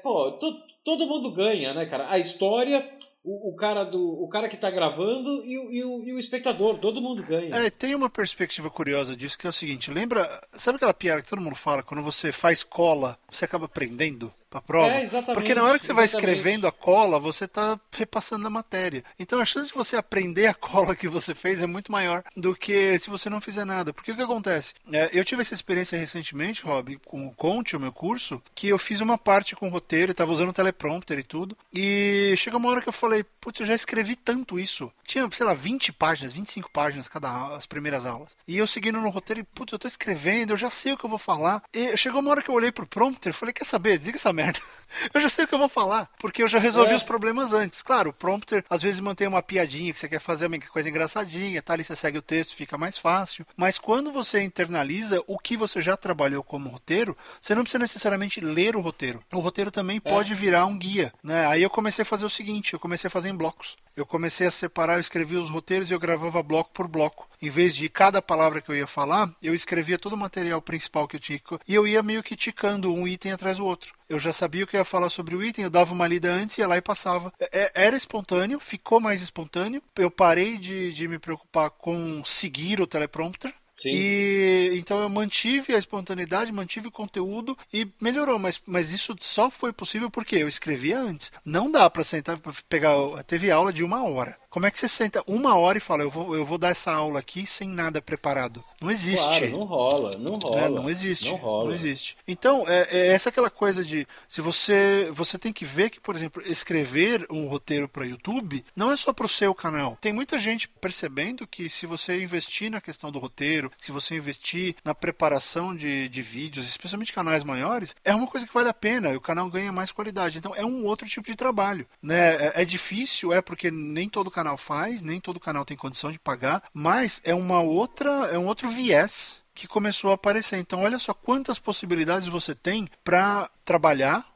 Todo mundo ganha, né, cara? A história, o cara que tá gravando e o espectador, todo mundo ganha. Tem uma perspectiva curiosa disso, que é o seguinte, sabe aquela piada que todo mundo fala, quando você faz cola, você acaba aprendendo pra prova? Exatamente. Porque na hora que você vai escrevendo a cola, você tá repassando a matéria. Então a chance de você aprender a cola que você fez é muito maior do que se você não fizer nada. Porque o que acontece? Eu tive essa experiência recentemente, Rob, com o Conte, o meu curso, que eu fiz uma parte com roteiro, estava usando teleprompter e tudo, e chegou uma hora que eu falei, putz, eu já escrevi tanto isso. Tinha, sei lá, 20 páginas, 25 páginas as primeiras aulas. E eu seguindo no roteiro, e putz, eu tô escrevendo, eu já sei o que eu vou falar. E chegou uma hora que eu olhei pro prompter e falei, quer saber, desliga essa merda. Eu já sei o que eu vou falar, porque eu já resolvi os problemas antes. Claro, o prompter às vezes mantém uma piadinha que você quer fazer, uma coisa engraçadinha, tá ali, você segue o texto, fica mais fácil. Mas quando você internaliza o que você já trabalhou como roteiro, você não precisa necessariamente ler o roteiro. O roteiro também pode virar um guia, né? Aí eu comecei a fazer o seguinte, eu comecei a fazer em blocos. Eu comecei a separar, eu escrevia os roteiros e eu gravava bloco por bloco. Em vez de cada palavra que eu ia falar, eu escrevia todo o material principal que eu tinha. E eu ia meio que ticando um item atrás do outro. Eu já sabia o que eu ia falar sobre o item, eu dava uma lida antes, ia lá e passava. Era espontâneo, ficou mais espontâneo. Eu parei de me preocupar com seguir o teleprompter. Sim. E então eu mantive a espontaneidade, mantive o conteúdo e melhorou, mas isso só foi possível porque eu escrevia antes. Não dá pra sentar pra pegar. Teve aula de 1 hora. Como é que você senta 1 hora e fala, eu vou dar essa aula aqui sem nada preparado? Não existe. Claro, não rola. Não existe. Não rola. Não existe. Então, essa aquela coisa de, se você tem que ver que, por exemplo, escrever um roteiro para YouTube não é só pro seu canal. Tem muita gente percebendo que se você investir na questão do roteiro, se você investir na preparação de vídeos, especialmente canais maiores, é uma coisa que vale a pena, e o canal ganha mais qualidade. Então, é um outro tipo de trabalho. Né? É difícil, porque nem todo canal faz, nem todo canal tem condição de pagar, mas é um outro viés que começou a aparecer. Então, olha só quantas possibilidades você tem para trabalhar,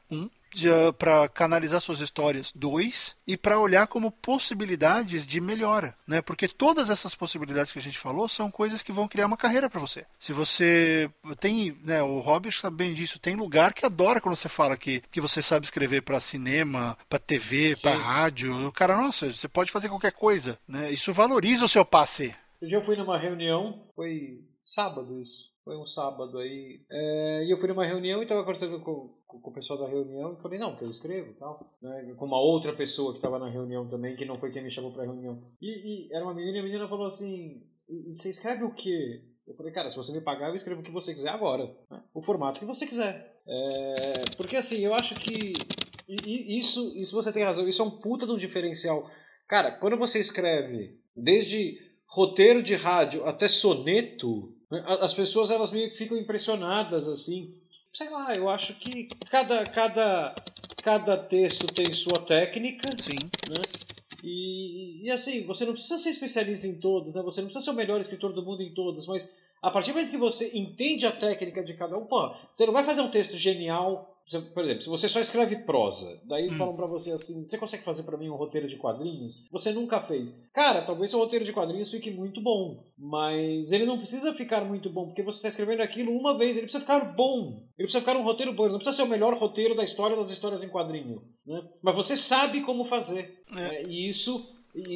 para canalizar suas histórias, 2, e para olhar como possibilidades de melhora, né? Porque todas essas possibilidades que a gente falou são coisas que vão criar uma carreira para você. Se você tem, né, o Rob sabe bem disso, tem lugar que adora quando você fala que você sabe escrever para cinema, para TV, para rádio. O cara, nossa, você pode fazer qualquer coisa, né? Isso valoriza o seu passe. Um dia eu fui numa reunião, foi sábado isso. Foi um sábado aí. E eu fui numa reunião e estava conversando com o pessoal da reunião e falei, não, que eu escrevo e tal. Né? Com uma outra pessoa que estava na reunião também, que não foi quem me chamou pra reunião. E era uma menina e a menina falou assim, e você escreve o quê? Eu falei, cara, se você me pagar, eu escrevo o que você quiser agora. Né? O formato que você quiser. Porque assim, eu acho que isso você tem razão, isso é um puta de um diferencial. Cara, quando você escreve desde roteiro de rádio até soneto, as pessoas elas meio que ficam impressionadas assim. Sei lá, eu acho que cada texto tem sua técnica. Sim. Né? E assim, você não precisa ser especialista em todas, né? Você não precisa ser o melhor escritor do mundo em todas, mas a partir do momento que você entende a técnica de cada um, você não vai fazer um texto genial. Por exemplo, se você só escreve prosa, daí falam pra você assim, você consegue fazer pra mim um roteiro de quadrinhos? Você nunca fez. Cara, talvez seu roteiro de quadrinhos fique muito bom, mas ele não precisa ficar muito bom, porque você está escrevendo aquilo uma vez, ele precisa ficar bom. Ele precisa ficar um roteiro bom, ele não precisa ser o melhor roteiro da história das histórias em quadrinho. Né? Mas você sabe como fazer. E isso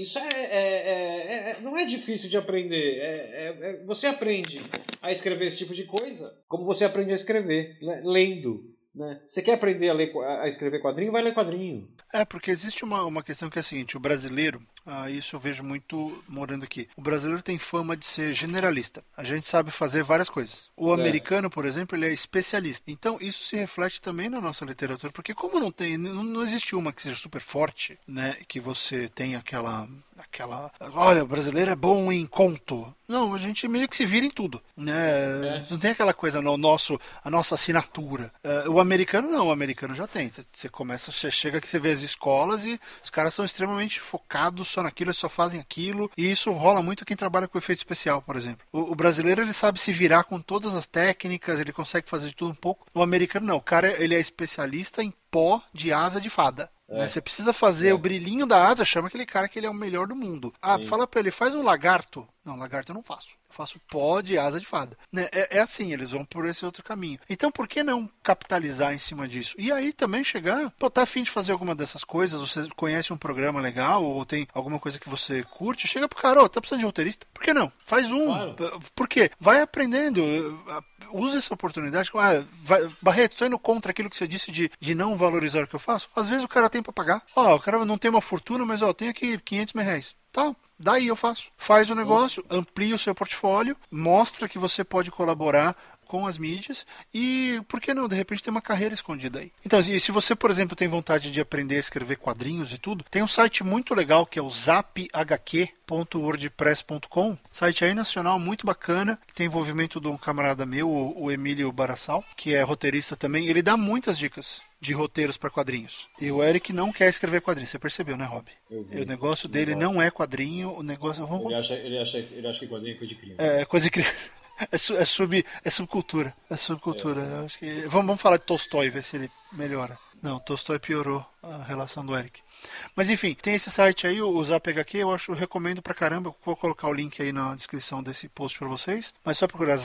não é difícil de aprender. Você aprende a escrever esse tipo de coisa como você aprende a escrever, né? Lendo. Né? Você quer aprender a escrever quadrinho? Vai ler quadrinho. Porque existe uma questão que é a seguinte, o brasileiro, Isso eu vejo muito morando aqui. O brasileiro tem fama de ser generalista. A gente sabe fazer várias coisas. O americano, por exemplo, ele é especialista. Então, isso se reflete também na nossa literatura, porque como não existe uma que seja super forte, né, que você tem aquela, olha, o brasileiro é bom em conto. Não, a gente meio que se vira em tudo, né? Não tem aquela coisa a nossa assinatura. O americano não, o americano já tem. Você chega aqui, você vê as escolas e os caras são extremamente focados só naquilo, eles só fazem aquilo, e isso rola muito quem trabalha com efeito especial, por exemplo. O brasileiro, ele sabe se virar com todas as técnicas, ele consegue fazer de tudo um pouco. O americano não, o cara, ele é especialista em pó de asa de fada. Né? Você precisa fazer o brilhinho da asa, chama aquele cara que ele é o melhor do mundo. Fala pra ele, faz um lagarto. Não, lagarto eu não faço. Eu faço pó de asa de fada. Né? É assim, eles vão por esse outro caminho. Então, por que não capitalizar em cima disso? E aí também chegar, tá afim de fazer alguma dessas coisas, você conhece um programa legal, ou tem alguma coisa que você curte, chega pro cara, tá precisando de roteirista? Por que não? Faz um. Claro. Por quê? Vai aprendendo. Usa essa oportunidade. Barreto, tô indo contra aquilo que você disse de não valorizar o que eu faço. Às vezes o cara tem pra pagar. O cara não tem uma fortuna, mas tem aqui 500 mil reais. Tá, daí eu faço. Faz o negócio, amplia o seu portfólio, mostra que você pode colaborar com as mídias e, por que não, de repente tem uma carreira escondida aí. Então, e se você, por exemplo, tem vontade de aprender a escrever quadrinhos e tudo, tem um site muito legal que é o zaphq.wordpress.com, site aí nacional muito bacana, que tem envolvimento de um camarada meu, o Emílio Barassal, que é roteirista também. Ele dá muitas dicas de roteiros para quadrinhos. E o Eric não quer escrever quadrinhos. Você percebeu, né, Rob? O negócio dele não é quadrinho, o negócio... Ele acha que quadrinho é coisa de criança. É coisa de criança. É subcultura. É subcultura. Eu acho que... Vamos falar de Tolstói, ver se ele melhora. Não, Tolstói piorou a relação do Eric. Mas enfim, tem esse site aí, o ZapHQ, eu recomendo pra caramba. Eu vou colocar o link aí na descrição desse post pra vocês. Mas só procurar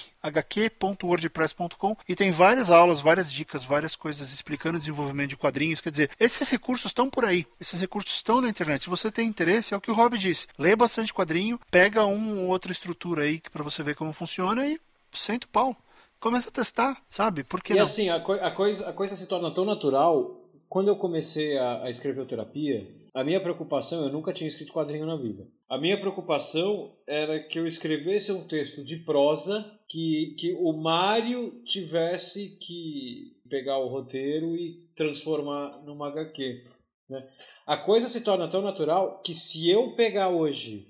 zaphq.wordpress.com e tem várias aulas, várias dicas, várias coisas explicando o desenvolvimento de quadrinhos. Quer dizer, esses recursos estão por aí. Esses recursos estão na internet. Se você tem interesse, é o que o Rob disse. Lê bastante quadrinho, pega uma ou outra estrutura aí pra você ver como funciona e senta o pau. Começa a testar, sabe? Por que não? Assim, a coisa se torna tão natural. Quando eu comecei a escrever terapia, a minha preocupação, eu nunca tinha escrito quadrinho na vida. A minha preocupação era que eu escrevesse um texto de prosa que o Mário tivesse que pegar o roteiro e transformar numa HQ. Né? A coisa se torna tão natural que se eu pegar hoje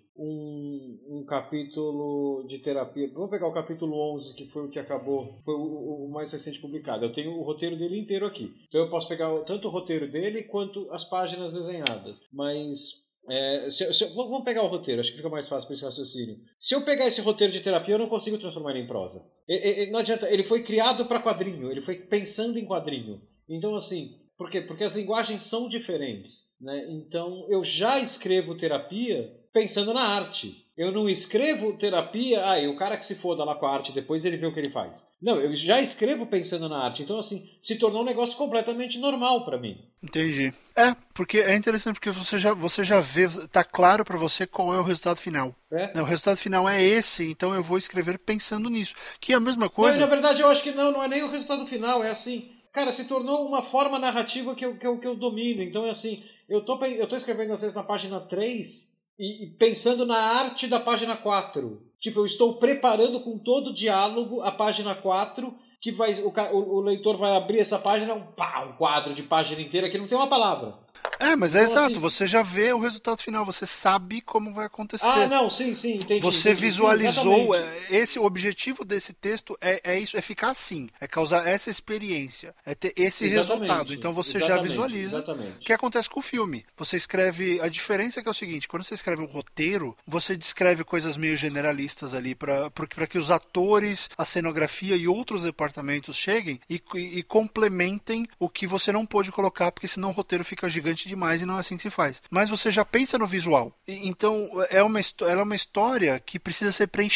um capítulo de terapia, vamos pegar o capítulo 11, que foi o que acabou, foi o mais recente publicado. Eu tenho o roteiro dele inteiro aqui. Então eu posso pegar tanto o roteiro dele quanto as páginas desenhadas. Mas vamos pegar o roteiro, acho que fica mais fácil para esse raciocínio. Se eu pegar esse roteiro de terapia, eu não consigo transformar ele em prosa. Não adianta, ele foi criado para quadrinho, ele foi pensando em quadrinho. Então, assim, por quê? Porque as linguagens são diferentes. Né? Então, eu já escrevo terapia pensando na arte. Eu não escrevo terapia, e o cara que se foda lá com a arte, depois ele vê o que ele faz. Não, eu já escrevo pensando na arte. Então, assim, se tornou um negócio completamente normal pra mim. Entendi. Porque é interessante, porque você já vê, tá claro pra você qual é o resultado final. O resultado final é esse, então eu vou escrever pensando nisso. Que é a mesma coisa... Mas, na verdade, eu acho que não é nem o resultado final, é assim... Cara, se tornou uma forma narrativa que eu domino. Então, é assim, eu tô escrevendo, às vezes, na página 3... E pensando na arte da página 4. Tipo, eu estou preparando com todo o diálogo a página 4, que o leitor vai abrir essa página, um quadro de página inteira que não tem uma palavra. Mas é então, exato, assim, você já vê o resultado final, você sabe como vai acontecer. Não, sim, entendi. Você visualizou, o objetivo desse texto é isso, é ficar assim, é causar essa experiência, é ter esse resultado. Então você já visualiza. O que acontece com o filme? Você escreve, a diferença é que é o seguinte, quando você escreve um roteiro, você descreve coisas meio generalistas ali, para que os atores, a cenografia e outros departamentos cheguem e complementem o que você não pôde colocar, porque senão o roteiro fica gigante demais e não é assim que se faz. Mas você já pensa no visual. Então, ela é uma história que precisa ser preenchida.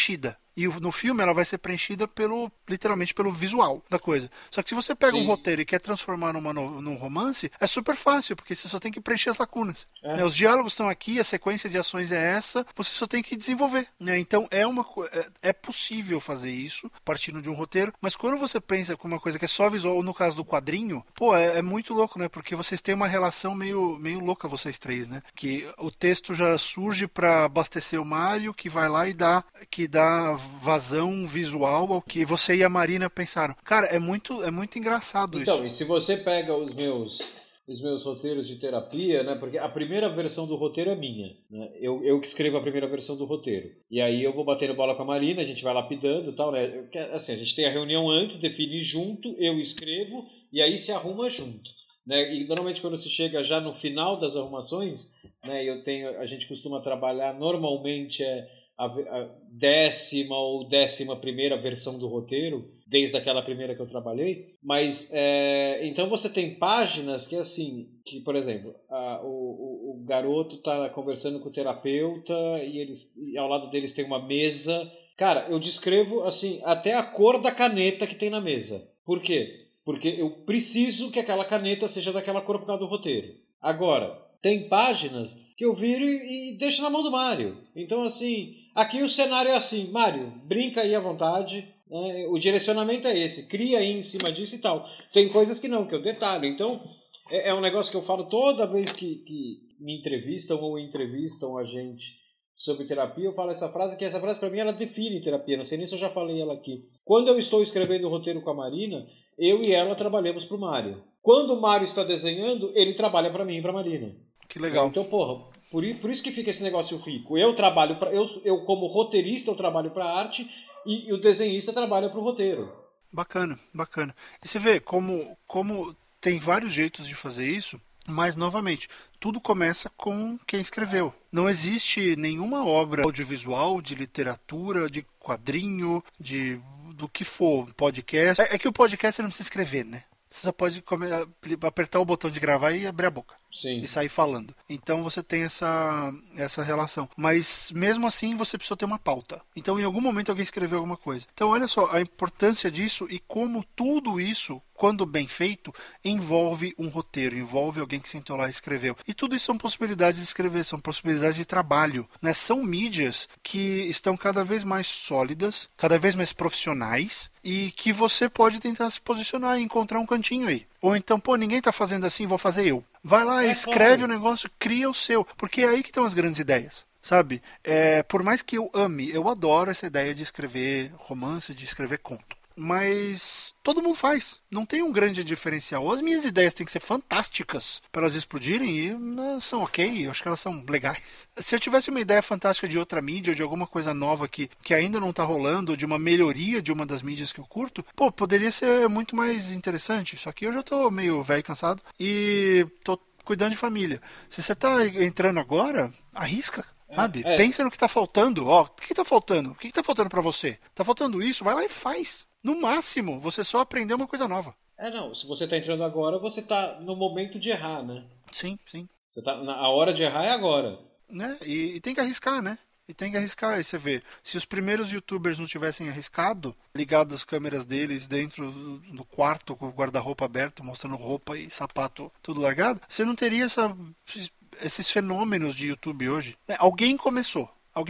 E no filme ela vai ser preenchida literalmente pelo visual da coisa. Só que se você pega um roteiro e quer transformar num romance, é super fácil, porque você só tem que preencher as lacunas. Né? Os diálogos estão aqui, a sequência de ações é essa, você só tem que desenvolver. Né? Então é possível fazer isso, partindo de um roteiro, mas quando você pensa com uma coisa que é só visual, ou no caso do quadrinho, pô, é muito louco, né? Porque vocês têm uma relação meio louca, vocês três, né? Que o texto já surge para abastecer o Mário, que vai lá e dá vazão visual ao que você e a Marina pensaram. Cara, é muito engraçado isso. Então, e se você pega os meus roteiros de terapia, né? Porque a primeira versão do roteiro é minha, né? Eu que escrevo a primeira versão do roteiro. E aí eu vou batendo bola com a Marina, a gente vai lapidando e tal, né? Assim, a gente tem a reunião antes, define junto, eu escrevo e aí se arruma junto. Né? E normalmente quando se chega já no final das arrumações, né? A gente costuma trabalhar normalmente a 10ª ou 11ª versão do roteiro, desde aquela primeira que eu trabalhei, mas então você tem páginas que assim, que por exemplo, o garoto está conversando com o terapeuta e ao lado deles tem uma mesa. Cara, eu descrevo assim até a cor da caneta que tem na mesa. Por quê? Porque eu preciso que aquela caneta seja daquela cor por causa do roteiro. Agora, tem páginas que eu viro e deixo na mão do Mário. Então, assim, aqui o cenário é assim, Mário, brinca aí à vontade, né? O direcionamento é esse, cria aí em cima disso e tal. Tem coisas que não, que eu detalho. Então, é um negócio que eu falo toda vez que me entrevistam ou entrevistam a gente sobre terapia, eu falo essa frase, que essa frase para mim ela define terapia, não sei nem se eu já falei ela aqui. Quando eu estou escrevendo o roteiro com a Marina, eu e ela trabalhamos para o Mário. Quando o Mário está desenhando, ele trabalha para mim e para a Marina. Que legal. Então, porra, por isso que fica esse negócio rico. Eu trabalho para eu como roteirista eu trabalho para a arte e o desenhista trabalha para o roteiro. Bacana. E você vê como tem vários jeitos de fazer isso, mas novamente, tudo começa com quem escreveu. Não existe nenhuma obra audiovisual, de literatura, de quadrinho, do que for, podcast. É que o podcast você não precisa escrever, né? Você só pode apertar o botão de gravar e abrir a boca. Sim. E sair falando. Então você tem essa relação. Mas mesmo assim você precisa ter uma pauta. Então em algum momento alguém escreveu alguma coisa. Então olha só a importância disso e como tudo isso, quando bem feito, envolve um roteiro, envolve alguém que sentou lá e escreveu. E tudo isso são possibilidades de escrever, são possibilidades de trabalho. Né? São mídias que estão cada vez mais sólidas, cada vez mais profissionais e que você pode tentar se posicionar e encontrar um cantinho aí. Ou então, pô, ninguém tá fazendo assim, vou fazer eu. Vai lá, escreve o negócio, cria o seu. Porque é aí que estão as grandes ideias. Sabe? Por mais que eu ame, eu adoro essa ideia de escrever romance, de escrever conto. Mas todo mundo faz. Não tem um grande diferencial. As minhas ideias têm que ser fantásticas para elas explodirem e são ok, eu acho que elas são legais. Se eu tivesse uma ideia fantástica de outra mídia, ou de alguma coisa nova que ainda não está rolando, ou de uma melhoria de uma das mídias que eu curto, pô, poderia ser muito mais interessante. Só que eu já tô meio velho e cansado e tô cuidando de família. Se você tá entrando agora, arrisca. Sabe? Pensa no que tá faltando. Ó, o que tá faltando? O que tá faltando pra você? Tá faltando isso? Vai lá e faz. No máximo, você só aprendeu uma coisa nova. Não. Se você tá entrando agora, você tá no momento de errar, né? Sim. Você tá, a hora de errar é agora. Né? E tem que arriscar, né? E você vê, se os primeiros youtubers não tivessem arriscado, ligado as câmeras deles dentro do quarto com o guarda-roupa aberto, mostrando roupa e sapato tudo largado, você não teria esses fenômenos de YouTube hoje. Alguém começou.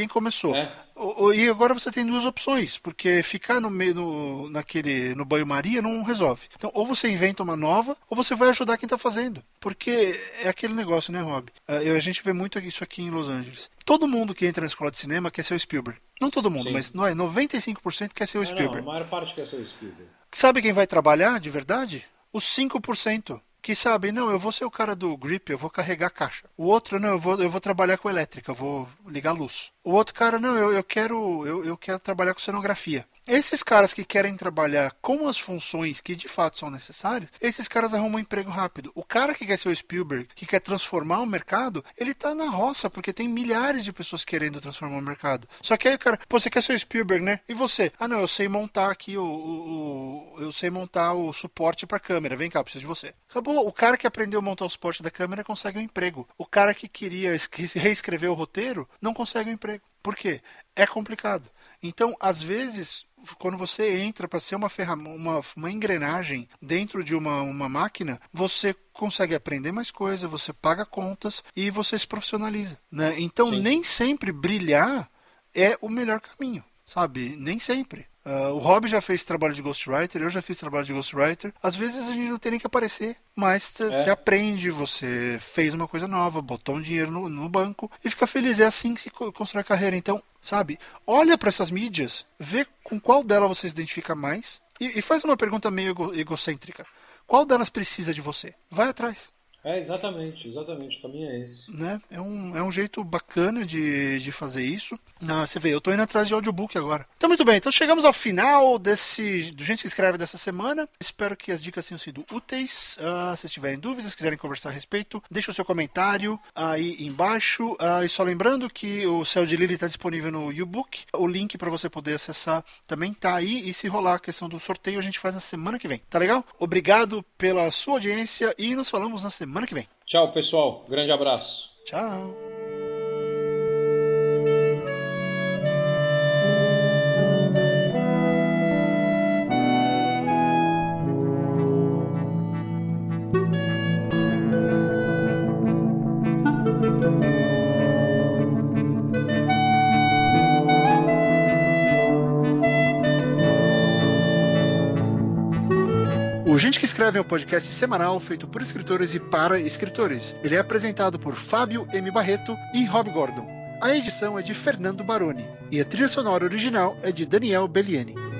E agora você tem duas opções, porque ficar no banho-maria não resolve. Então, ou você inventa uma nova, ou você vai ajudar quem está fazendo. Porque é aquele negócio, né, Rob? A gente vê muito isso aqui em Los Angeles. Todo mundo que entra na escola de cinema quer ser o Spielberg. Não todo mundo, Sim. Mas não é, 95% quer ser o Spielberg. Não, a maior parte quer ser o Spielberg. Sabe quem vai trabalhar de verdade? Os 5%. Que sabem, não, eu vou ser o cara do grip, eu vou carregar a caixa. O outro, não, eu vou trabalhar com elétrica, eu vou ligar a luz. O outro cara, não, eu quero trabalhar com cenografia. Esses caras que querem trabalhar com as funções que de fato são necessárias, esses caras arrumam um emprego rápido. O cara que quer ser o Spielberg, que quer transformar o mercado, ele tá na roça, porque tem milhares de pessoas querendo transformar o mercado. Só que aí o cara, pô, você quer ser o Spielberg, né? E você? Ah, não, eu sei montar aqui eu sei montar o suporte pra câmera. Vem cá, preciso de você. Acabou. O cara que aprendeu a montar o suporte da câmera consegue um emprego. O cara que queria reescrever o roteiro não consegue um emprego. Por quê? É complicado. Então, às vezes, quando você entra para ser uma engrenagem dentro de uma máquina, você consegue aprender mais coisas, você paga contas e você se profissionaliza, né? Então, Sim. nem sempre brilhar é o melhor caminho, sabe? Nem sempre. O Rob já fez trabalho de ghostwriter, eu já fiz trabalho de ghostwriter. Às vezes a gente não tem nem que aparecer, mas você aprende, você fez uma coisa nova, botou um dinheiro no banco e fica feliz. É assim que se constrói a carreira. Então, sabe, olha para essas mídias, vê com qual delas você se identifica mais e faz uma pergunta meio egocêntrica. Qual delas precisa de você? Vai atrás. Exatamente, o caminho é esse. Né? É um jeito bacana de fazer isso. Você vê, eu tô indo atrás de audiobook agora. Então, muito bem, então chegamos ao final do Gente que Escreve dessa semana. Espero que as dicas tenham sido úteis. Se tiverem dúvidas, quiserem conversar a respeito, deixa o seu comentário aí embaixo. E só lembrando que o Céu de Lily está disponível no U-Book. O link para você poder acessar também tá aí. E se rolar a questão do sorteio, a gente faz na semana que vem. Tá legal? Obrigado pela sua audiência e nos falamos na semana que vem. Tchau, pessoal. Grande abraço. Tchau. O Gente que Escreve é um podcast semanal feito por escritores e para escritores. Ele é apresentado por Fábio M. Barreto e Rob Gordon. A edição é de Fernando Baroni e a trilha sonora original é de Daniel Bellieni.